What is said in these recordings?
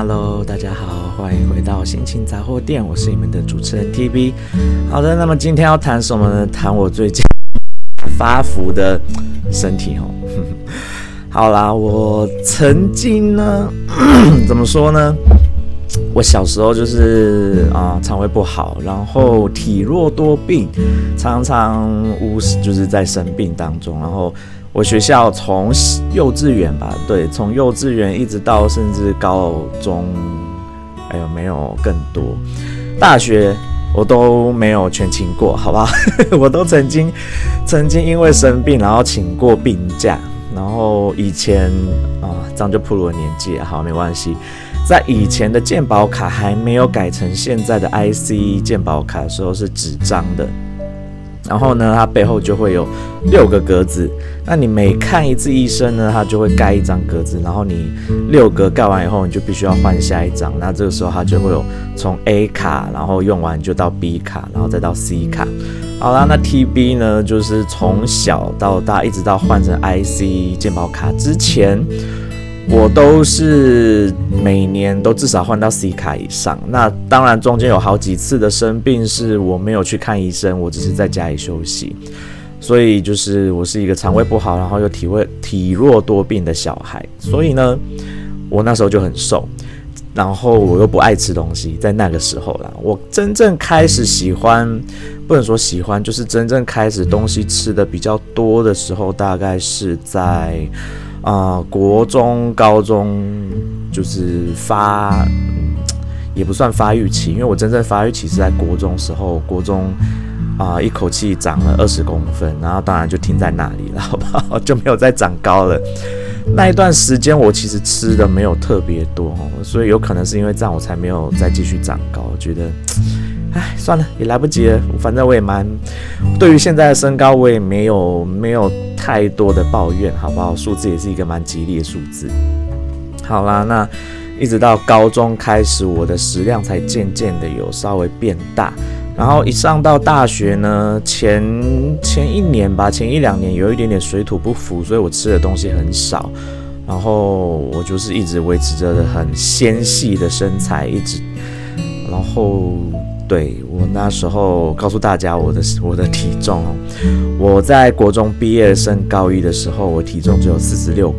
Hello， 大家好，欢迎回到心情杂货店，我是你们的主持人 TB。好的，那么今天要谈什么呢？谈我最近发福的身体哦。好啦，我曾经呢，怎么说呢？我小时候就是肠胃不好，然后体弱多病，常常就是在生病当中，然后我学校从幼稚园吧，对，从幼稚园一直到甚至高中，还有没有更多？大学我都没有全勤过，好不好？我都曾经因为生病，然后请过病假，然后以前这样就暴露了年纪了，好，没关系。在以前的健保卡还没有改成现在的 IC 健保卡的时候是纸张的，然后呢，它背后就会有6个格子。那你每看一次医生呢，它就会盖一张格子，然后你6格盖完以后，你就必须要换下一张。那这个时候它就会有从 A 卡，然后用完就到 B 卡，然后再到 C 卡。好啦，那 TB 呢，就是从小到大一直到换成 IC 健保卡之前，我都是每年都至少换到 C 卡以上。那当然中间有好几次的生病是我没有去看医生，我只是在家里休息。所以就是我是一个肠胃不好，然后又体弱多病的小孩。所以呢，我那时候就很瘦，然后我又不爱吃东西。在那个时候啦，我真正开始喜欢，不能说喜欢，就是真正开始东西吃的比较多的时候，大概是在国中、高中，就是也不算发育期，因为我真正发育期是在国中时候，国中一口气长了20公分，然后当然就停在那里了，好不好？就没有再长高了。那一段时间我其实吃的没有特别多，所以有可能是因为这样我才没有再继续长高。我觉得，算了，也来不及了。反正我也对于现在的身高，我也没有太多的抱怨，好不好？数字也是一个蛮吉利的数字。好啦，那一直到高中开始，我的食量才渐渐的有稍微变大。然后一上到大学呢，前1-2年有一点点水土不服，所以我吃的东西很少，然后我就是一直维持着很纤细的身材，然后对我那时候告诉大家我的体重我在国中毕业升高1的时候，我体重只有46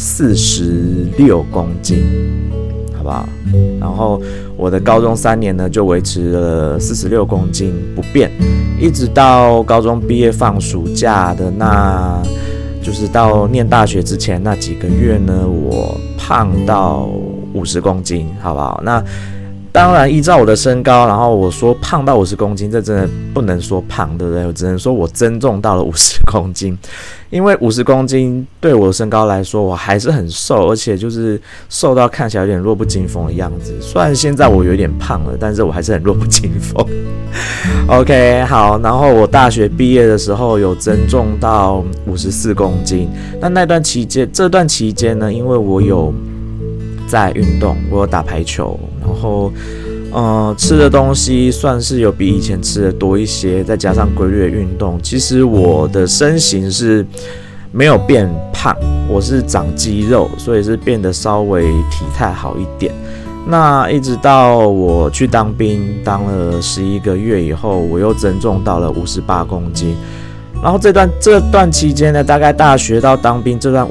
公斤。好不好？然后我的高中3年呢，就维持了46公斤不变，一直到高中毕业放暑假的就是到念大学之前那几个月呢，我胖到50公斤，好不好？那当然依照我的身高，然后我说胖到50公斤，这真的不能说胖，对不对？我只能说我增重到了50公斤，因为50公斤对我的身高来说，我还是很瘦，而且就是瘦到看起来有点弱不禁风的样子。虽然现在我有点胖了，但是我还是很弱不禁风。OK， 好，然后我大学毕业的时候有增重到54公斤。这段期间呢，因为我有在运动，我有打排球，然后吃的东西算是有比以前吃的多一些，再加上规律的运动，其实我的身形是没有变胖，我是长肌肉，所以是变得稍微体态好一点。那一直到我去当兵，当了11个月以后，我又增重到了58公斤。然后这段期间呢，大概大学到当兵这段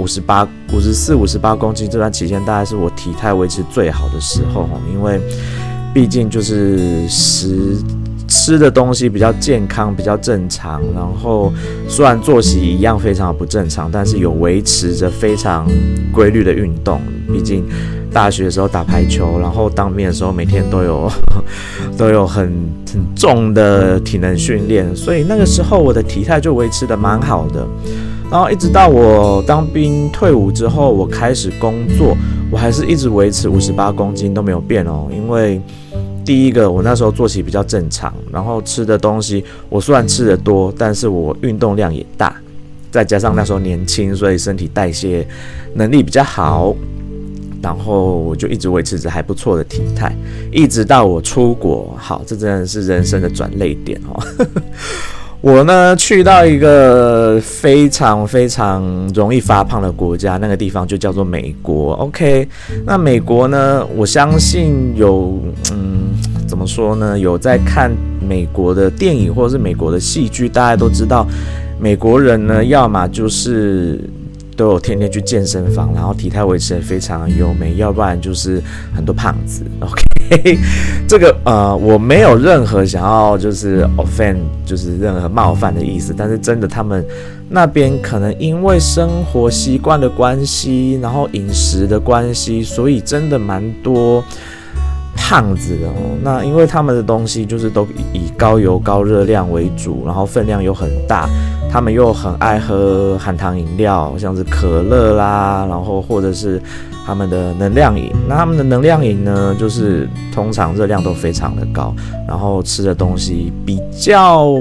54、58公斤这段期间，大概是我体态维持最好的时候，因为毕竟就是吃的东西比较健康，比较正常，然后虽然作息一样非常的不正常，但是有维持着非常规律的运动。毕竟大学的时候打排球，然后当兵的时候每天都有很重的体能训练，所以那个时候我的体态就维持的蛮好的。然后一直到我当兵退伍之后，我开始工作，我还是一直维持58公斤都没有变哦。因为第一个，我那时候作息比较正常，然后吃的东西我虽然吃的多，但是我运动量也大，再加上那时候年轻，所以身体代谢能力比较好。然后我就一直维持着还不错的体态，一直到我出国。好，这真的是人生的转捩点哦。 我呢去到一个非常非常容易发胖的国家，那个地方就叫做美国。OK， 那美国呢，我相信有怎么说呢？有在看美国的电影或者是美国的戏剧，大家都知道，美国人呢，要么就是都有天天去健身房，然后体态维持得非常优美，要不然就是很多胖子。OK， 这个我没有任何想要就是 offend， 就是任何冒犯的意思，但是真的他们那边可能因为生活习惯的关系，然后饮食的关系，所以真的蛮多胖子的哦。那因为他们的东西就是都以高油高热量为主，然后分量又很大，他们又很爱喝含糖饮料，像是可乐啦，然后或者是他们的能量饮。那他们的能量饮呢，就是通常热量都非常的高，然后吃的东西比较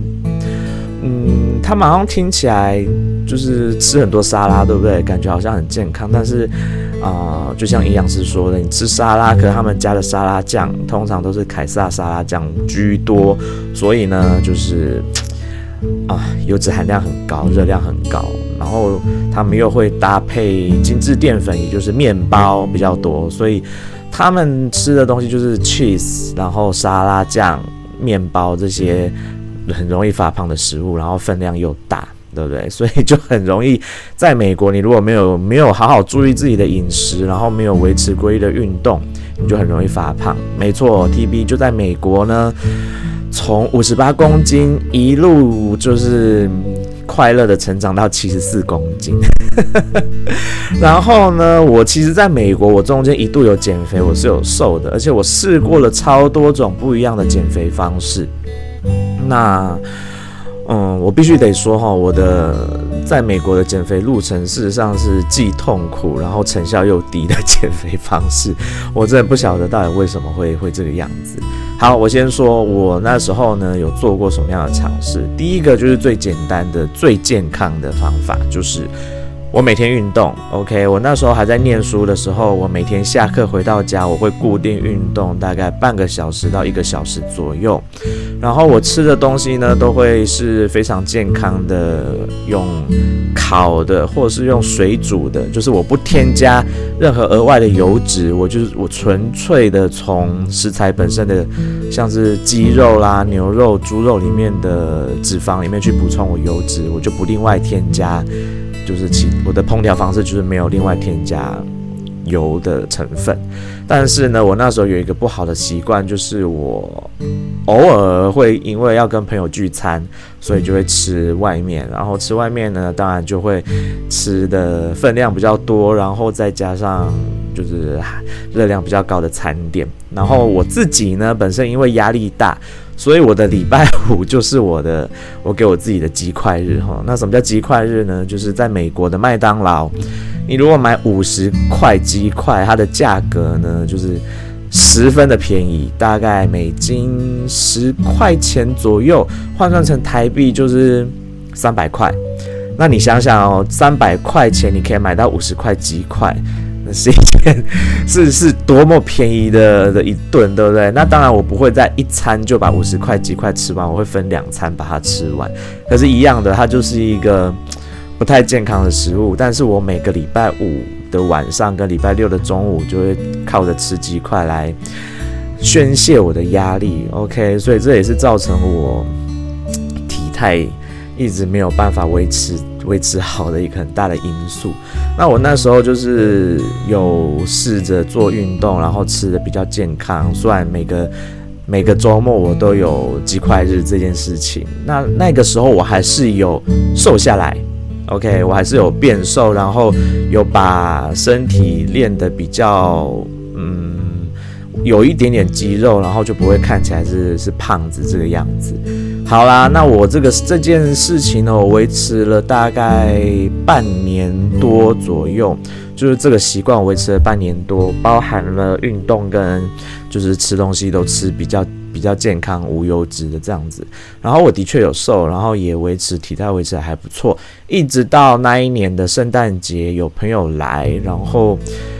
他们好像听起来就是吃很多沙拉，对不对？感觉好像很健康，但是就像营养师说的，你吃沙拉，可是他们加的沙拉酱通常都是凯撒沙拉酱居多，所以呢，就是油脂含量很高，热量很高，然后他们又会搭配精致淀粉，也就是面包比较多，所以他们吃的东西就是 cheese， 然后沙拉酱、面包这些很容易发胖的食物，然后分量又大，对不对？所以就很容易在美国，你如果没有好好注意自己的饮食，然后没有维持规律的运动，你就很容易发胖。没错 ，TB 就在美国呢，从58公斤一路就是快乐的成长到74公斤。然后呢，我其实在美国，我中间一度有减肥，我是有瘦的，而且我试过了超多种不一样的减肥方式。那我必须得说哈，我的在美国的减肥路程事实上是既痛苦，然后成效又低的减肥方式。我真的不晓得到底为什么会这个样子。好，我先说我那时候呢有做过什么样的尝试。第一个就是最简单的、最健康的方法，就是我每天运动。OK， 我那时候还在念书的时候，我每天下课回到家，我会固定运动大概半个小时到1个小时左右。然后我吃的东西呢，都会是非常健康的，用烤的或者是用水煮的，就是我不添加任何额外的油脂，我纯粹的从食材本身的，像是鸡肉啦、牛肉、猪肉里面的脂肪里面去补充我油脂，我就不另外添加。就是我的烹调方式就是没有另外添加油的成分。但是呢，我那时候有一个不好的习惯，就是我偶尔会因为要跟朋友聚餐，所以就会吃外面，然后吃外面呢，当然就会吃的分量比较多，然后再加上就是热量比较高的餐点。然后我自己呢，本身因为压力大，所以我的礼拜五就是我给我自己的鸡块日哈。那什么叫鸡块日呢？就是在美国的麦当劳，你如果买50块鸡块，它的价格呢就是十分的便宜，大概美金10块钱左右，换算成台币就是300块。那你想想哦，300块钱你可以买到50块鸡块。那是一件是多么便宜的一顿，对不对？那当然我不会在一餐就把50块鸡块吃完，我会分2餐把它吃完。可是，一样的，它就是一个不太健康的食物。但是我每个礼拜五的晚上跟礼拜六的中午就会靠着吃鸡块来宣泄我的压力。OK， 所以这也是造成我体态一直没有办法维持好的一个很大的因素。那我那时候就是有试着做运动，然后吃的比较健康。虽然每个周末我都有鸡块日这件事情，那个时候我还是有瘦下来。OK， 我还是有变瘦，然后有把身体练得比较有一点点肌肉，然后就不会看起来是胖子这个样子。好啦，那我这件事情呢，我维持了大概半年多左右，就是这个习惯我维持了半年多，包含了运动跟就是吃东西都吃比较健康无油脂的这样子。然后我的确有瘦，然后也体态维持得还不错，一直到那一年的圣诞节有朋友来，然后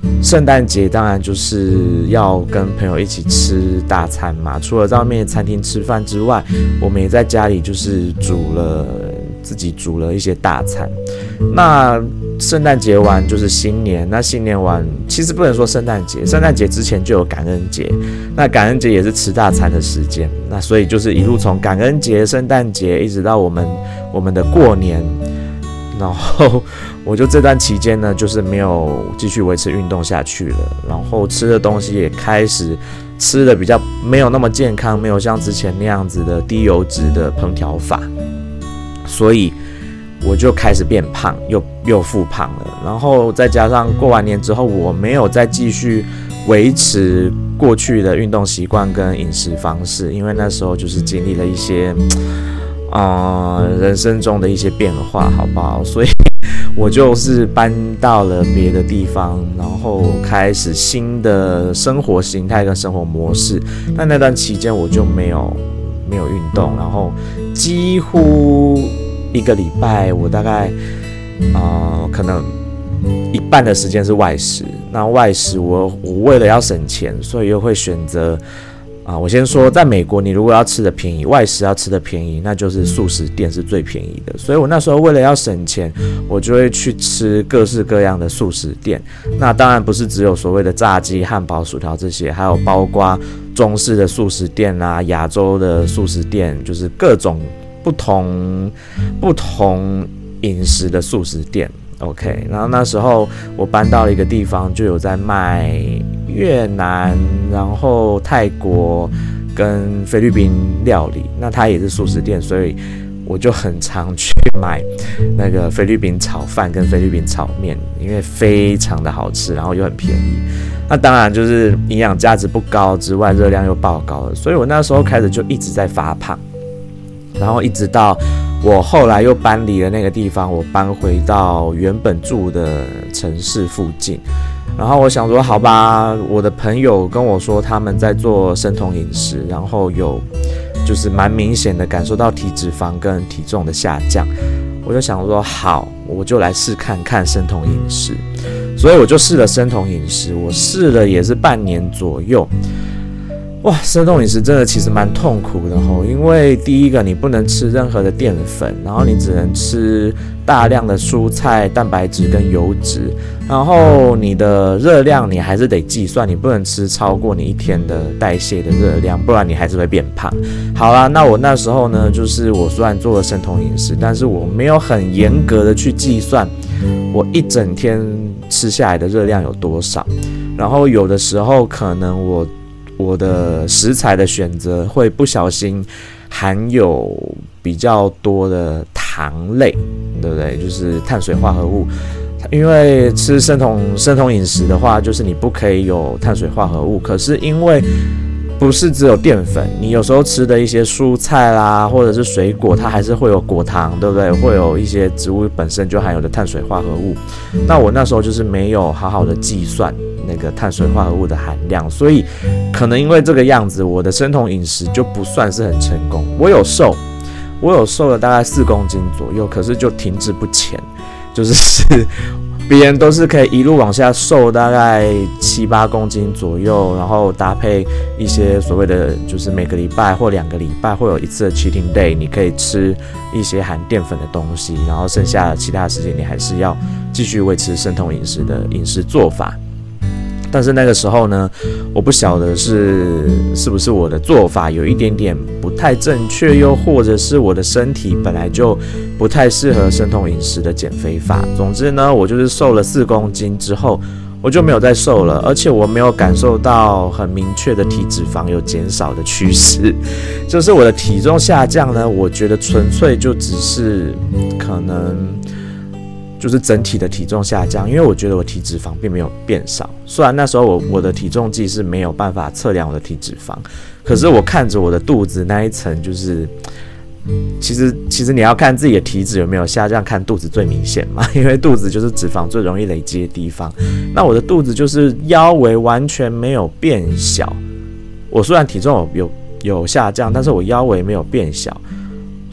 圣诞节当然就是要跟朋友一起吃大餐嘛，除了在外面餐厅吃饭之外，我们也在家里就是自己煮了一些大餐。那圣诞节完就是新年，那新年完其实不能说圣诞节之前就有感恩节，那感恩节也是吃大餐的时间，那所以就是一路从感恩节、圣诞节一直到我们的过年，然后我就这段期间呢，就是没有继续维持运动下去了，然后吃的东西也开始吃的比较没有那么健康，没有像之前那样子的低油脂的烹调法，所以我就开始变胖，又复胖了。然后再加上过完年之后，我没有再继续维持过去的运动习惯跟饮食方式，因为那时候就是经历了一些人生中的一些变化，好不好？所以我就是搬到了别的地方，然后开始新的生活形态跟生活模式。那段期间我就没有运动，然后几乎一个礼拜我大概可能一半的时间是外食。那外食我为了要省钱，所以又会选择我先说，在美国你如果要吃的便宜，外食要吃的便宜，那就是素食店是最便宜的。所以我那时候为了要省钱，我就会去吃各式各样的素食店。那当然不是只有所谓的炸鸡、汉堡、薯条这些，还有包括中式的素食店啊，亚洲的素食店，就是各种不同饮食的素食店。OK， 然后那时候我搬到了一个地方，就有在卖越南，然后泰国跟菲律宾料理。那它也是素食店，所以我就很常去买那个菲律宾炒饭跟菲律宾炒面，因为非常的好吃，然后又很便宜。那当然就是营养价值不高之外，热量又爆高了，所以我那时候开始就一直在发胖，然后一直到我后来又搬离了那个地方，我搬回到原本住的城市附近。然后我想说，好吧，我的朋友跟我说他们在做生酮饮食，然后有就是蛮明显的感受到体脂肪跟体重的下降。我就想说，好，我就来试看看生酮饮食。所以我就试了生酮饮食，我试了也是半年左右。哇，生酮饮食真的其实蛮痛苦的吼，因为第一个你不能吃任何的淀粉，然后你只能吃大量的蔬菜、蛋白质跟油脂，然后你的热量你还是得计算，你不能吃超过你一天的代谢的热量，不然你还是会变胖。好啦，那我那时候呢，就是我虽然做了生酮饮食，但是我没有很严格的去计算我一整天吃下来的热量有多少，然后有的时候可能我的食材的选择会不小心含有比较多的糖类，对不对？就是碳水化合物。因为吃生酮饮食的话，就是你不可以有碳水化合物。可是因为不是只有淀粉，你有时候吃的一些蔬菜啦，或者是水果，它还是会有果糖，对不对？会有一些植物本身就含有的碳水化合物。那我那时候就是没有好好的计算那个碳水化合物的含量，所以可能因为这个样子，我的生酮饮食就不算是很成功。我有瘦了大概4公斤左右，可是就停滞不前，就是别人都是可以一路往下瘦，大概7、8公斤左右，然后搭配一些所谓的，就是每个礼拜或2个礼拜会有一次的 cheating day， 你可以吃一些含淀粉的东西，然后剩下的其他时间你还是要继续维持生酮饮食的饮食做法。但是那个时候呢，我不晓得是不是我的做法有一点点不太正确，又或者是我的身体本来就不太适合生酮饮食的减肥法。总之呢，我就是瘦了4公斤之后，我就没有再瘦了，而且我没有感受到很明确的体脂肪有减少的趋势。就是我的体重下降呢，我觉得纯粹就只是可能就是整体的体重下降，因为我觉得我体脂肪并没有变少。虽然那时候我的体重计是没有办法测量我的体脂肪，可是我看着我的肚子那一层，就是其实你要看自己的体脂有没有下降，看肚子最明显嘛，因为肚子就是脂肪最容易累积的地方。那我的肚子就是腰围完全没有变小，我虽然体重有下降，但是我腰围没有变小。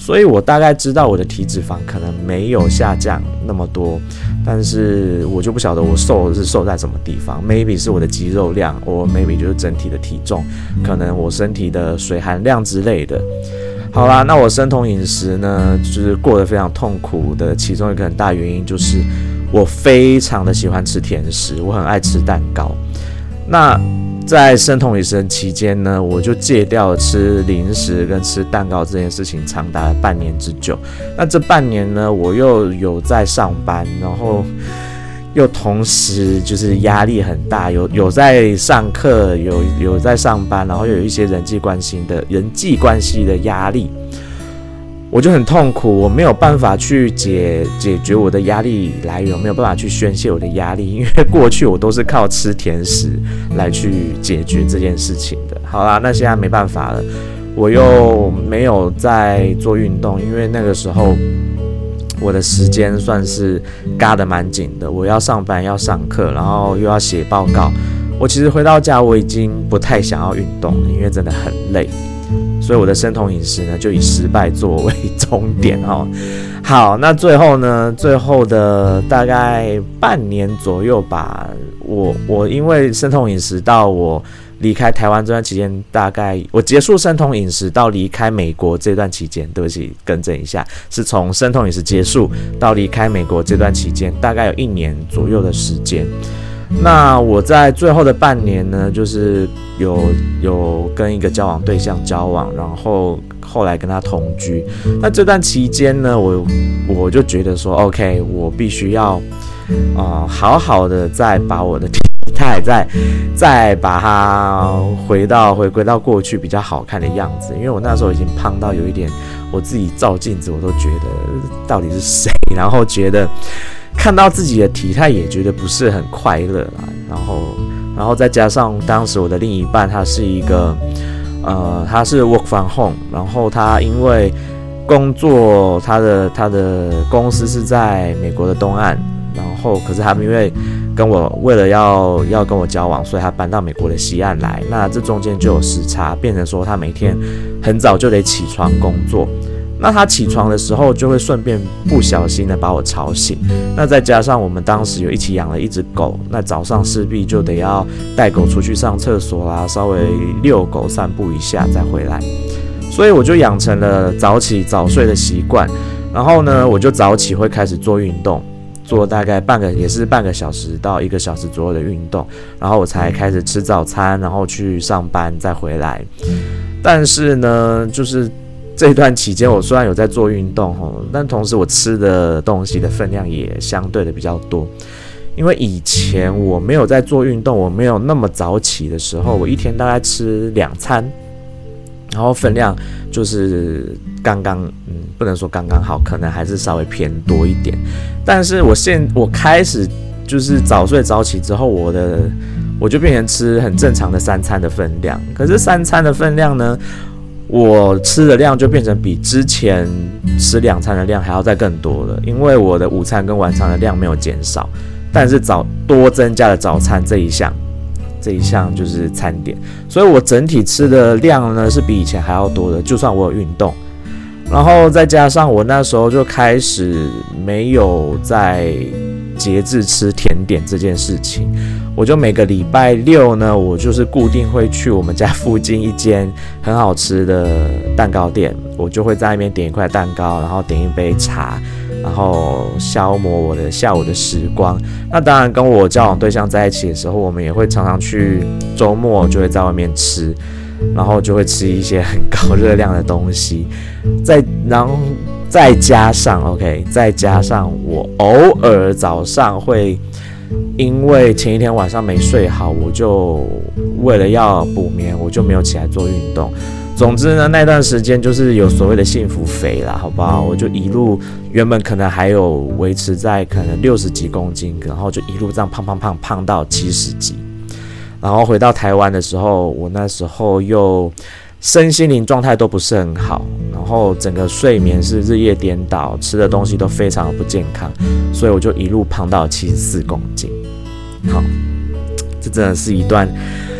所以我大概知道我的体脂肪可能没有下降那么多，但是我就不晓得我瘦是瘦在什么地方 ，maybe 是我的肌肉量，或 maybe 就是整体的体重，可能我身体的水含量之类的。好啦，那我生酮饮食呢，就是过得非常痛苦的，其中一个很大原因就是我非常的喜欢吃甜食，我很爱吃蛋糕。那在生酮饮食期间呢，我就戒掉了吃零食跟吃蛋糕这件事情，长达了半年之久。那这半年呢，我又有在上班，然后又同时就是压力很大，有在上课，有在上班，然后又有一些人际关系的压力，我就很痛苦，我没有办法去解决我的压力来源，没有办法去宣泄我的压力，因为过去我都是靠吃甜食来去解决这件事情的。好啦，那现在没办法了，我又没有在做运动，因为那个时候我的时间算是嘎得蛮紧的，我要上班要上课，然后又要写报告。我其实回到家我已经不太想要运动了，因为真的很累，所以我的生酮饮食呢就以失败作为终点哦。好，那最后的大概半年左右吧，我因为生酮饮食到我离开台湾这段期间，大概我结束生酮饮食到离开美国这段期间，对不起，更正一下，是从生酮饮食结束到离开美国这段期间，大概有1年左右的时间。那我在最后的半年呢，就是有跟一个交往对象交往，然后后来跟他同居。那这段期间呢，我就觉得说 ，OK， 我必须要好好的再把我的体态再把它回归到过去比较好看的样子，因为我那时候已经胖到有一点，我自己照镜子我都觉得到底是谁，然后觉得看到自己的体态也觉得不是很快乐啦，然后再加上当时我的另一半他是一个他是 work from home， 然后他因为工作他的公司是在美国的东岸，然后可是他因为为了要跟我交往，所以他搬到美国的西岸来，那这中间就有时差，变成说他每天很早就得起床工作。那他起床的时候就会顺便不小心的把我吵醒，那再加上我们当时有一起养了一只狗，那早上势必就得要带狗出去上厕所啦，稍微遛狗散步一下再回来，所以我就养成了早起早睡的习惯。然后呢，我就早起会开始做运动，做大概半个小时到1个小时左右的运动，然后我才开始吃早餐，然后去上班再回来。但是呢，就是这段期间我虽然有在做运动，但同时我吃的东西的分量也相对的比较多。因为以前我没有在做运动，我没有那么早起的时候，我一天大概吃2餐，然后分量就是刚刚，不能说刚刚好，可能还是稍微偏多一点。但是我开始就是早睡早起之后，我就变成吃很正常的3餐的分量。可是3餐的分量呢，我吃的量就变成比之前吃2餐的量还要再更多了，因为我的午餐跟晚餐的量没有减少，但是多增加了早餐这一项就是餐点，所以我整体吃的量呢是比以前还要多的，就算我有运动，然后再加上我那时候就开始没有在节制吃甜点这件事情，我就每个礼拜6呢，我就是固定会去我们家附近一间很好吃的蛋糕店，我就会在那边点一块蛋糕，然后点一杯茶，然后消磨我的下午的时光。那当然跟我交往对象在一起的时候，我们也会常常去周末就会在外面吃，然后就会吃一些很高热量的东西，再加上我偶尔早上会因为前一天晚上没睡好，我就为了要补眠，我就没有起来做运动。总之呢，那段时间就是有所谓的幸福肥啦，好不好？我就一路原本可能还有维持在可能60几公斤，然后就一路这样胖到70几。然后回到台湾的时候，我那时候又身心灵状态都不是很好，然后整个睡眠是日夜颠倒，吃的东西都非常的不健康，所以我就一路胖到74公斤。好，这真的是一段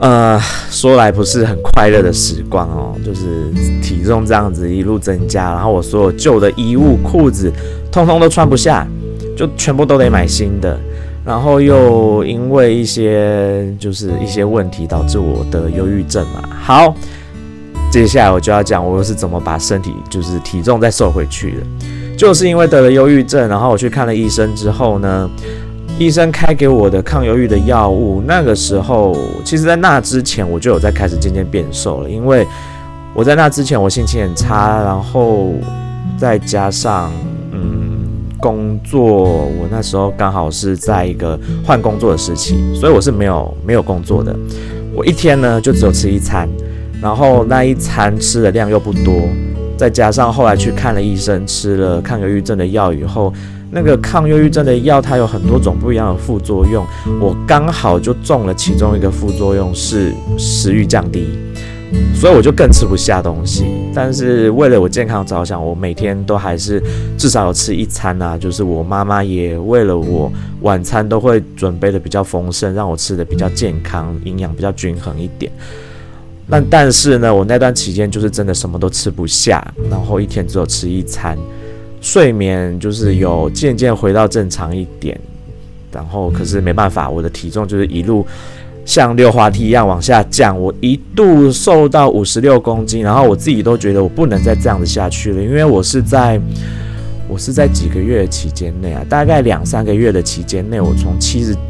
说来不是很快乐的时光哦，就是体重这样子一路增加，然后我所有旧的衣物、裤子，通通都穿不下，就全部都得买新的。然后又因为一些问题，导致我得忧郁症嘛。好，接下来我就要讲我又是怎么把身体体重再瘦回去的。就是因为得了忧郁症，然后我去看了医生之后呢，医生开给我的抗忧郁的药物，那个时候其实在那之前我就有在开始渐渐变瘦了，因为我在那之前我心情很差，然后再加上工作，我那时候刚好是在一个换工作的时期，所以我是没有工作的。我一天呢就只有吃一餐，然后那一餐吃的量又不多，再加上后来去看了医生，吃了抗忧郁症的药以后，那个抗忧郁症的药它有很多种不一样的副作用，我刚好就中了其中一个副作用是食欲降低。所以我就更吃不下东西，但是为了我健康着想，我每天都还是至少有吃一餐啊，就是我妈妈也为了我晚餐都会准备的比较丰盛，让我吃的比较健康，营养比较均衡一点。但是呢，我那段期间就是真的什么都吃不下，然后一天只有吃一餐，睡眠就是有渐渐回到正常一点，然后可是没办法，我的体重就是一路像溜滑梯一样往下降，我一度瘦到56公斤，然后我自己都觉得我不能再这样子下去了，因为我是在几个月的期间内啊，大概2-3个月的期间内，我从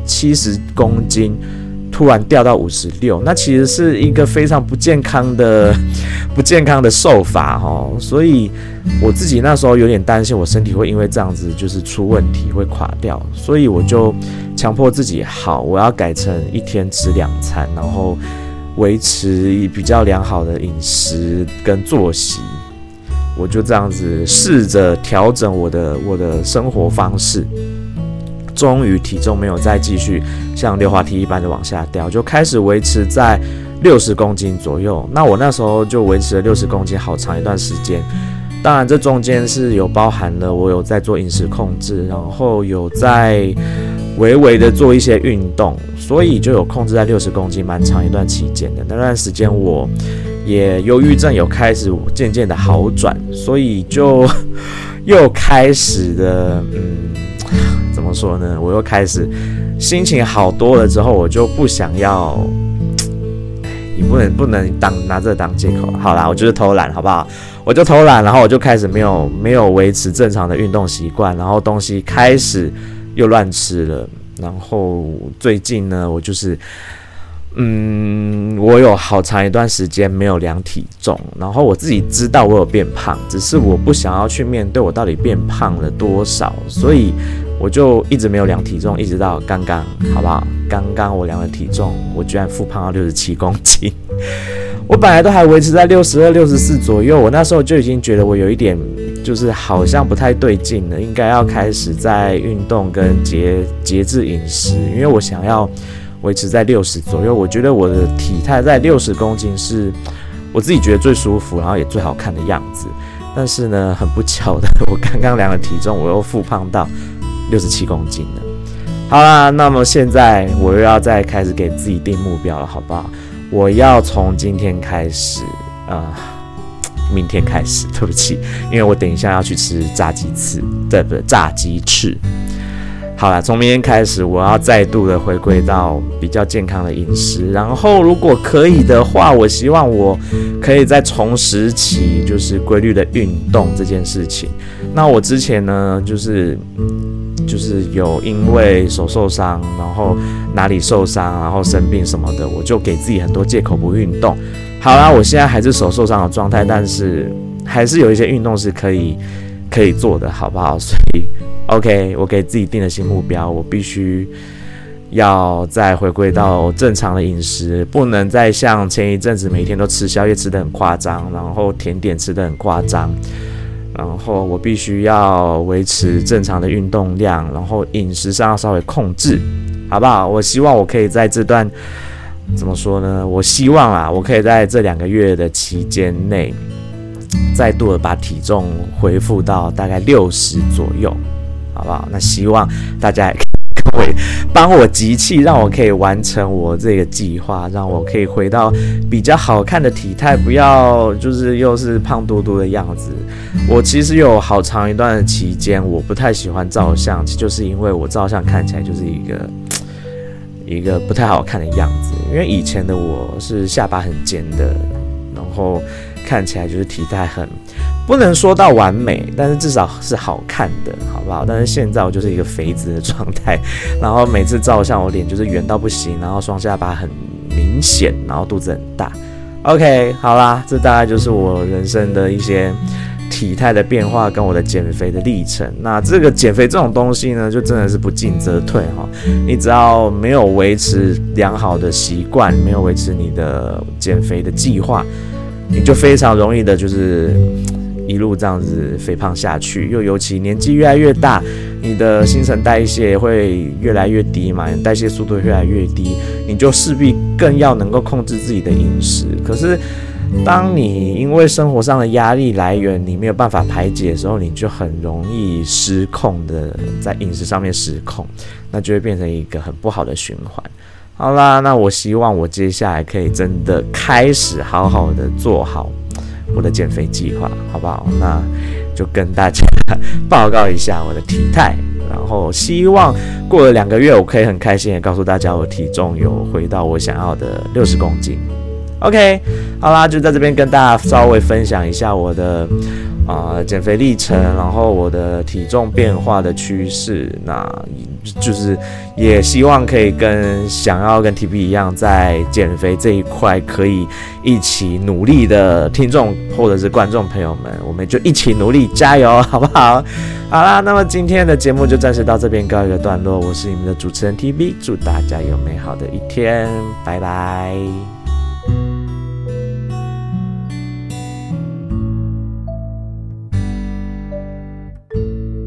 70公斤突然掉到56，那其实是一个非常不健康的瘦法哦，所以我自己那时候有点担心我身体会因为这样子就是出问题会垮掉，所以我就强迫自己，好，我要改成一天吃2餐，然后维持比较良好的饮食跟作息，我就这样子试着调整我的生活方式。终于体重没有再继续像溜滑梯一般的往下掉，就开始维持在60公斤左右。那我那时候就维持了60公斤好长一段时间。当然这中间是有包含了我有在做饮食控制，然后有在微微的做一些运动，所以就有控制在60公斤蛮长一段期间的。那段时间我也忧郁症有开始渐渐的好转，所以就又开始的怎么说呢？我又开始心情好多了之后，我就不想要，也不能拿这当借口。好啦，我就是偷懒，好不好？我就偷懒，然后我就开始没有维持正常的运动习惯，然后东西开始又乱吃了。然后最近呢，我就是我有好长一段时间没有量体重，然后我自己知道我有变胖，只是我不想要去面对我到底变胖了多少，所以我就一直没有量体重，一直到刚刚，好不好？刚刚我量了体重，我居然复胖到67公斤。我本来都还维持在62、64左右，我那时候就已经觉得我有一点就是好像不太对劲了，应该要开始在运动跟节制饮食，因为我想要维持在60左右。我觉得我的体态在60公斤是我自己觉得最舒服，然后也最好看的样子。但是呢，很不巧的，我刚刚量了体重，我又复胖到67公斤了。好啦，那么现在我又要再开始给自己定目标了，好不好？我要从今天开始，明天开始，对不起，因为我等一下要去吃炸鸡翅。好啦，从明天开始，我要再度的回归到比较健康的饮食，然后如果可以的话，我希望我可以再重拾起就是规律的运动这件事情。那我之前呢，就是有因为手受伤，然后哪里受伤，然后生病什么的，我就给自己很多借口不运动。好啦，我现在还是手受伤的状态，但是还是有一些运动是可以做的，好不好？所以 OK， 我给自己定了新目标，我必须要再回归到正常的饮食，不能再像前一阵子每天都吃宵夜吃得很夸张，然后甜点吃得很夸张。然后我必须要维持正常的运动量，然后饮食上要稍微控制，好不好？我希望我可以在这段怎么说呢？我希望啦，我可以在这2个月的期间内，再度的把体重恢复到大概60左右，好不好？那希望大家也可以帮我集气，让我可以完成我这个计划，让我可以回到比较好看的体态，不要就是又是胖嘟嘟的样子。我其实有好长一段的期间，我不太喜欢照相，就是因为我照相看起来就是一个不太好看的样子。因为以前的我是下巴很尖的，然后看起来就是体态很不能说到完美，但是至少是好看的，好不好？但是现在我就是一个肥子的状态，然后每次照相我脸就是圆到不行，然后双下巴很明显，然后肚子很大。OK， 好啦，这大概就是我人生的一些体态的变化跟我的减肥的历程。那这个减肥这种东西呢，就真的是不进则退哈。你只要没有维持良好的习惯，没有维持你的减肥的计划，你就非常容易的就是一路这样子肥胖下去。又尤其年纪越来越大，你的新陈代谢会越来越低嘛，代谢速度越来越低，你就势必更要能够控制自己的饮食。可是当你因为生活上的压力来源你没有办法排解的时候，你就很容易失控的在饮食上面失控，那就会变成一个很不好的循环。好啦，那我希望我接下来可以真的开始好好的做好我的减肥计划，好不好？那就跟大家报告一下我的体态，然后希望过了2个月，我可以很开心的告诉大家，我体重有回到我想要的60公斤。OK， 好啦，就在这边跟大家稍微分享一下我的减肥历程，然后我的体重变化的趋势，那就是也希望可以想要跟 TB 一样，在减肥这一块可以一起努力的听众或者是观众朋友们，我们就一起努力加油，好不好？好啦，那么今天的节目就暂时到这边告一个段落，我是你们的主持人 TB， 祝大家有美好的一天，拜拜。